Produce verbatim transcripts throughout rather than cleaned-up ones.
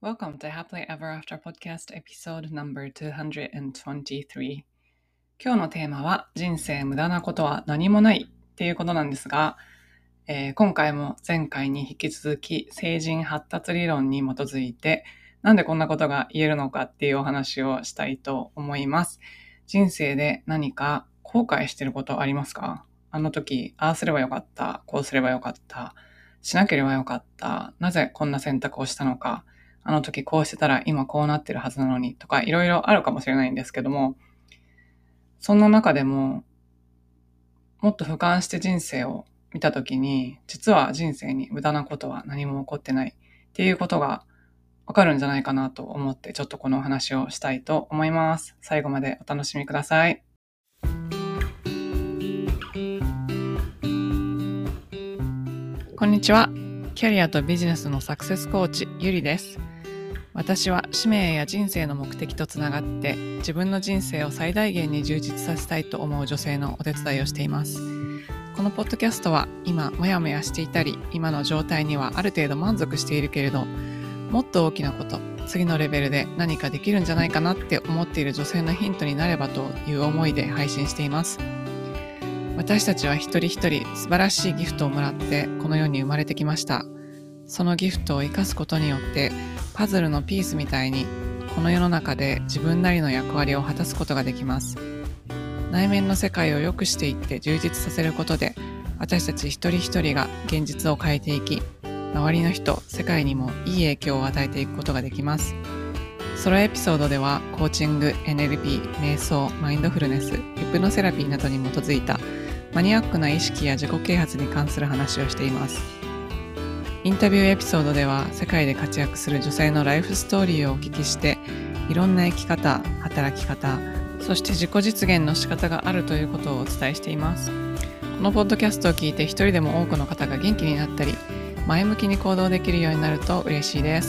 Welcome to Happily Ever After Podcast Episode ナンバーにひゃくにじゅうさん。今日のテーマは人生無駄なことは何もないっていうことなんですが、えー、今回も前回に引き続き成人発達理論に基づいてなんでこんなことが言えるのかっていうお話をしたいと思います。人生で何か後悔してることありますか？あの時ああすればよかった、こうすればよかった、しなければよかった、なぜこんな選択をしたのか、あの時こうしてたら今こうなってるはずなのにとかいろいろあるかもしれないんですけども、そんな中でももっと俯瞰して人生を見た時に、実は人生に無駄なことは何も起こってないっていうことがわかるんじゃないかなと思って、ちょっとこのお話をしたいと思います。最後までお楽しみください。こんにちは。キャリアとビジネスのサクセスコーチ、ゆりです。私は使命や人生の目的とつながって自分の人生を最大限に充実させたいと思う女性のお手伝いをしています。このポッドキャストは今もやもやしていたり、今の状態にはある程度満足しているけれど、もっと大きなこと、次のレベルで何かできるんじゃないかなって思っている女性のヒントになればという思いで配信しています。私たちは一人一人素晴らしいギフトをもらってこの世に生まれてきました。そのギフトを生かすことによってパズルのピースみたいにこの世の中で自分なりの役割を果たすことができます。内面の世界を良くしていって充実させることで、私たち一人一人が現実を変えていき、周りの人、世界にもいい影響を与えていくことができます。ソロエピソードではコーチング、エヌエルピー、瞑想、マインドフルネス、ヒプノセラピーなどに基づいたマニアックな意識や自己啓発に関する話をしています。インタビューエピソードでは世界で活躍する女性のライフストーリーをお聞きして、いろんな生き方、働き方、そして自己実現の仕方があるということをお伝えしています。このポッドキャストを聞いて一人でも多くの方が元気になったり、前向きに行動できるようになると嬉しいです。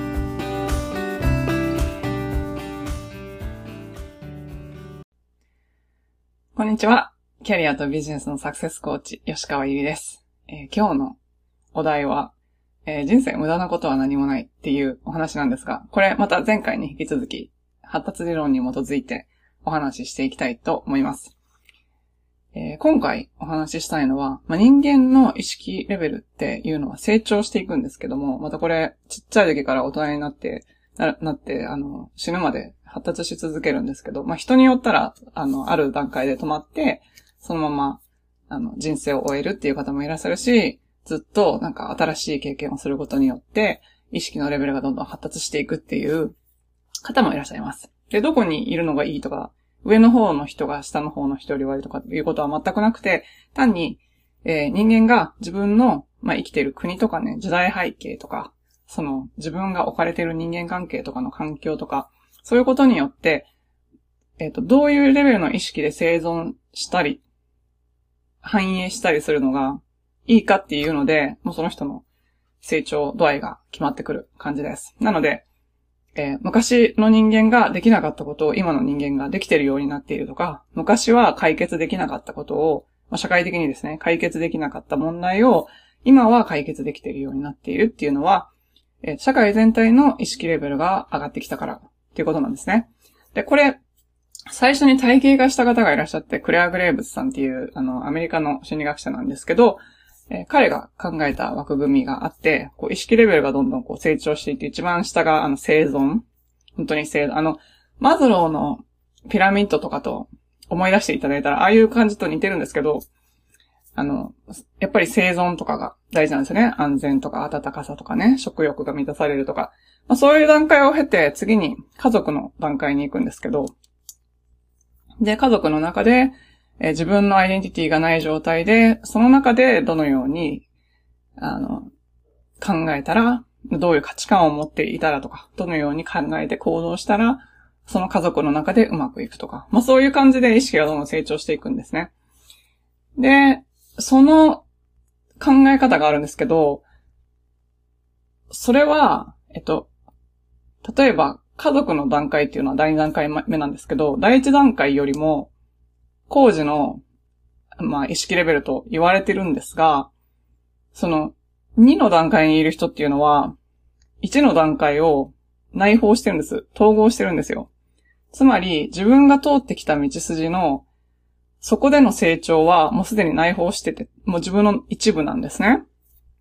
こんにちは。キャリアとビジネスのサクセスコーチ、吉川ゆりです。えー、今日のお題は、えー、人生無駄なことは何もないっていうお話なんですが、これまた前回に引き続き発達理論に基づいてお話ししていきたいと思います。えー、今回お話ししたいのは、まあ、人間の意識レベルっていうのは成長していくんですけども、またこれちっちゃい時から大人になってな, なってあの死ぬまで発達し続けるんですけど、まあ、人によったらあのある段階で止まってそのままあの人生を終えるっていう方もいらっしゃるし、ずっとなんか新しい経験をすることによって意識のレベルがどんどん発達していくっていう方もいらっしゃいます。で、どこにいるのがいいとか、上の方の人が下の方の人より悪いとかいうことは全くなくて、単に、えー、人間が自分の、まあ、生きている国とかね、時代背景とか、その自分が置かれている人間関係とかの環境とか、そういうことによって、えっと、どういうレベルの意識で生存したり、反映したりするのがいいかっていうので、もうその人の成長度合いが決まってくる感じです。なので、えー、昔の人間ができなかったことを今の人間ができているようになっているとか、昔は解決できなかったことを、まあ、社会的にですね、解決できなかった問題を今は解決できているようになっているっていうのは、えー、社会全体の意識レベルが上がってきたからっていうことなんですね。で、これ、最初に体系化した方がいらっしゃって、クレア・グレーブスさんっていう、あの、アメリカの心理学者なんですけど、えー、彼が考えた枠組みがあって、こう意識レベルがどんどんこう成長していって、一番下があの生存。本当に生存。あの、マズローのピラミッドとかと思い出していただいたら、ああいう感じと似てるんですけど、あの、やっぱり生存とかが大事なんですよね。安全とか暖かさとかね、食欲が満たされるとか。まあ、そういう段階を経て、次に家族の段階に行くんですけど、で、家族の中で、えー、自分のアイデンティティがない状態で、その中でどのように、あの、考えたら、どういう価値観を持っていたらとか、どのように考えて行動したら、その家族の中でうまくいくとか、まあそういう感じで意識がどんどん成長していくんですね。で、その考え方があるんですけど、それは、えっと、例えば家族の段階っていうのはだいに段階目なんですけど、だいいち段階よりも、工事の、まあ、意識レベルと言われてるんですが、その、にの段階にいる人っていうのは、 いちの段階を内包してるんです。統合してるんですよ。つまり、自分が通ってきた道筋の、そこでの成長はもうすでに内包してて、もう自分の一部なんですね。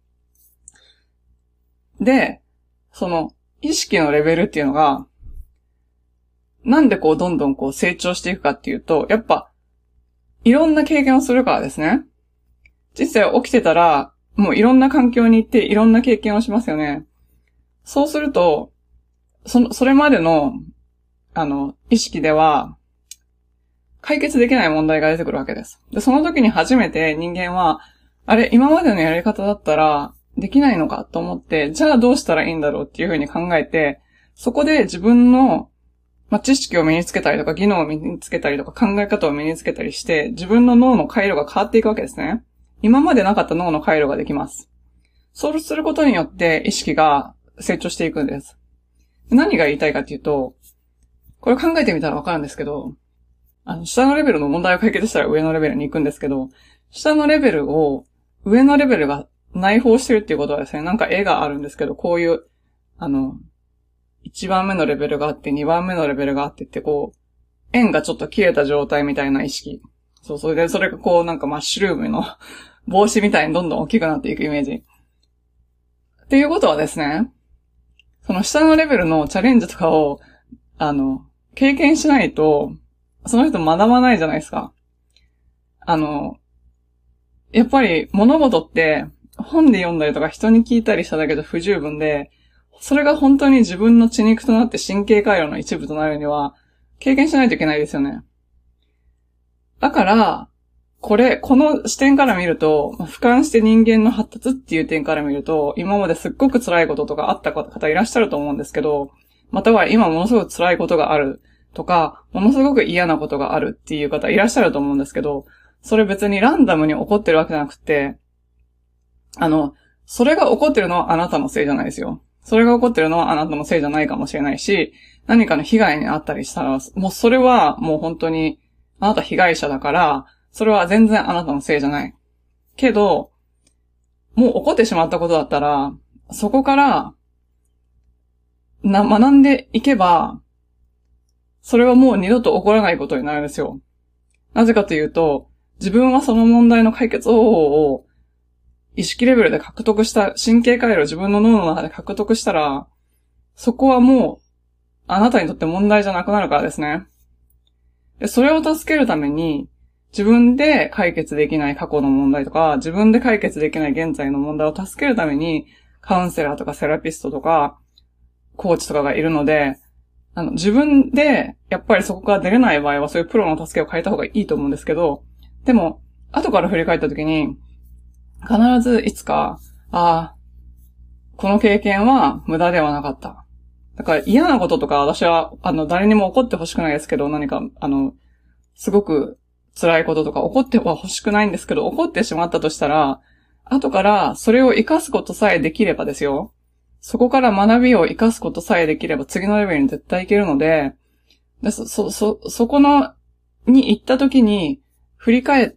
で、その、意識のレベルっていうのが、なんでこう、どんどんこう、成長していくかっていうと、やっぱ、いろんな経験をするからですね。実際起きてたら、もういろんな環境に行っていろんな経験をしますよね。そうすると、その、それまでの、あの、意識では、解決できない問題が出てくるわけです。で、その時に初めて人間は、あれ、今までのやり方だったら、できないのかと思って、じゃあどうしたらいいんだろうっていうふうに考えて、そこで自分の、まあ、知識を身につけたりとか、技能を身につけたりとか、考え方を身につけたりして、自分の脳の回路が変わっていくわけですね。今までなかった脳の回路ができます。そうすることによって意識が成長していくんです。何が言いたいかっていうと、これ考えてみたらわかるんですけど、あの、下のレベルの問題を解決したら上のレベルに行くんですけど、下のレベルを、上のレベルが内包してるっていうことはですね、なんか絵があるんですけど、こういう、あの、いちばんめのレベルがあって、にばんめのレベルがあってって、こう、円がちょっと切れた状態みたいな意識。そう、それで、それがこう、なんかマッシュルームの帽子みたいにどんどん大きくなっていくイメージ。っていうことはですね、その下のレベルのチャレンジとかを、あの、経験しないと、その人学ばないじゃないですか。あの、やっぱり物事って本で読んだりとか人に聞いたりしただけじゃ不十分で、それが本当に自分の血肉となって神経回路の一部となるには経験しないといけないですよね。だから、これ、この視点から見ると、俯瞰して人間の発達っていう点から見ると、今まですっごく辛いこととかあった方いらっしゃると思うんですけど、または今ものすごく辛いことがあるとか、ものすごく嫌なことがあるっていう方いらっしゃると思うんですけど、それ別にランダムに起こってるわけじゃなくて、あの、それが起こってるのはあなたのせいじゃないですよ。それが起こってるのはあなたのせいじゃないかもしれないし、何かの被害に遭ったりしたら、もうそれはもう本当にあなた被害者だから、それは全然あなたのせいじゃない。けど、もう起こってしまったことだったら、そこから、な、学んでいけば、それはもう二度と起こらないことになるんですよ。なぜかというと、自分はその問題の解決方法を意識レベルで獲得した、神経回路を自分の脳の中で獲得したら、そこはもう、あなたにとって問題じゃなくなるからですね。で、それを助けるために、自分で解決できない過去の問題とか、自分で解決できない現在の問題を助けるために、カウンセラーとかセラピストとか、コーチとかがいるので、あの、自分で、やっぱりそこから出れない場合は、そういうプロの助けを借りた方がいいと思うんですけど、でも、後から振り返った時に、必ずいつか、ああ、この経験は無駄ではなかった。だから嫌なこととか、私は、あの、誰にも起こってほしくないですけど、何か、あの、すごく辛いこととか起こっては欲しくないんですけど、起こってしまったとしたら、後からそれを活かすことさえできればですよ。そこから学びを活かすことさえできれば次のレベルに絶対いけるので、でそ、そ、そ、そこの、に行った時に振り返って、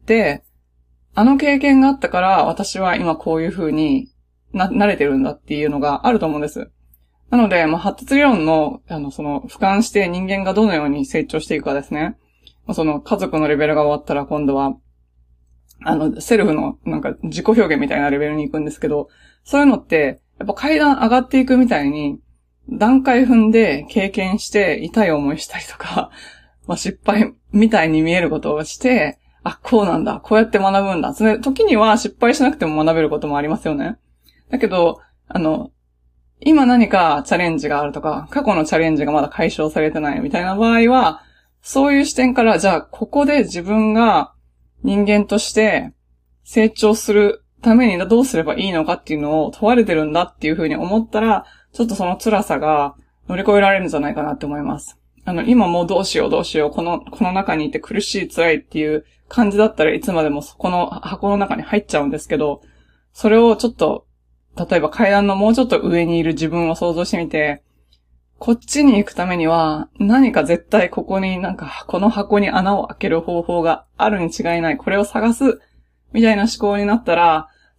あの経験があったから私は今こういう風にな、慣れてるんだっていうのがあると思うんです。なので、まあ、発達理論の、あの、その、俯瞰して人間がどのように成長していくかですね。その、家族のレベルが終わったら今度は、あの、セルフの、なんか、自己表現みたいなレベルに行くんですけど、そういうのって、やっぱ階段上がっていくみたいに、段階踏んで経験して痛い思いしたりとか、まあ、失敗みたいに見えることをして、あ、こうなんだ、こうやって学ぶんだ。それ、時には失敗しなくても学べることもありますよね。だけど、あの、今何かチャレンジがあるとか、過去のチャレンジがまだ解消されてないみたいな場合は、そういう視点から、じゃあ、ここで自分が人間として成長するためにどうすればいいのかっていうのを問われてるんだっていうふうに思ったら、ちょっとその辛さが乗り越えられるんじゃないかなって思います。あの、今もうどうしようどうしよう、この、この中にいて苦しい辛いっていう感じだったらいつまでもそこの箱の中に入っちゃうんですけど、それをちょっと、例えば階段のもうちょっと上にいる自分を想像してみて、こっちに行くためには何か絶対ここになんかこの箱に穴を開ける方法があるに違いない。これを探すみたいな思考になったら、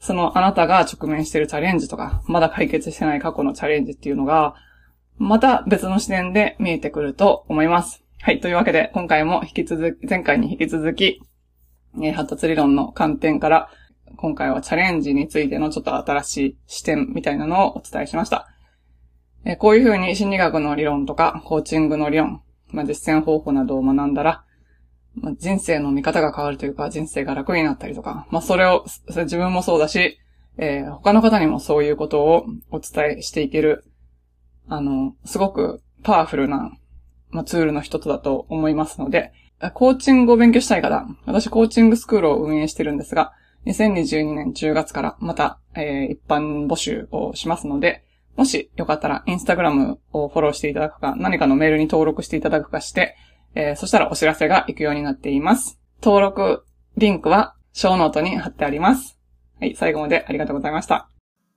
そのあなたが直面しているチャレンジとか、まだ解決してない過去のチャレンジっていうのが、また別の視点で見えてくると思います。はい。というわけで、今回も引き続き、前回に引き続き、えー、発達理論の観点から、今回はチャレンジについてのちょっと新しい視点みたいなのをお伝えしました。えー、こういうふうに心理学の理論とか、コーチングの理論、まあ、実践方法などを学んだら、まあ、人生の見方が変わるというか、人生が楽になったりとか、まあ、それを、それ自分もそうだし、えー、他の方にもそういうことをお伝えしていける、あの、すごくパワフルな、まあ、ツールの一つだと思いますので、コーチングを勉強したい方、私コーチングスクールを運営してるんですが、にせんにじゅうにねんじゅうがつからまた、えー、一般募集をしますので、もしよかったらインスタグラムをフォローしていただくか、何かのメールに登録していただくかして、えー、そしたらお知らせが行くようになっています。登録リンクはショーノートに貼ってあります。はい、最後までありがとうございました。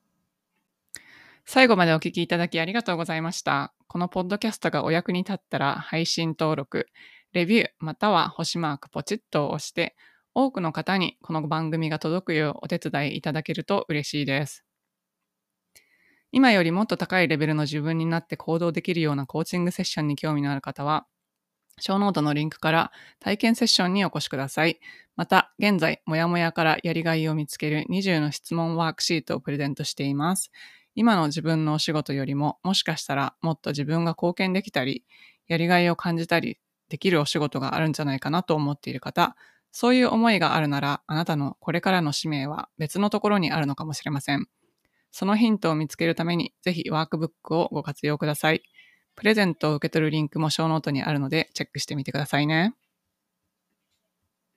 最後までお聞きいただきありがとうございました。このポッドキャストがお役に立ったら配信登録、レビューまたは星マークポチッと押して、多くの方にこの番組が届くようお手伝いいただけると嬉しいです。今よりもっと高いレベルの自分になって行動できるようなコーチングセッションに興味のある方は、ショーノートのリンクから体験セッションにお越しください。また、現在、もやもやからやりがいを見つけるにじゅうの質問ワークシートをプレゼントしています。今の自分のお仕事よりも、もしかしたらもっと自分が貢献できたり、やりがいを感じたりできるお仕事があるんじゃないかなと思っている方、そういう思いがあるなら、あなたのこれからの使命は別のところにあるのかもしれません。そのヒントを見つけるために、ぜひワークブックをご活用ください。プレゼントを受け取るリンクもショーノートにあるのでチェックしてみてくださいね。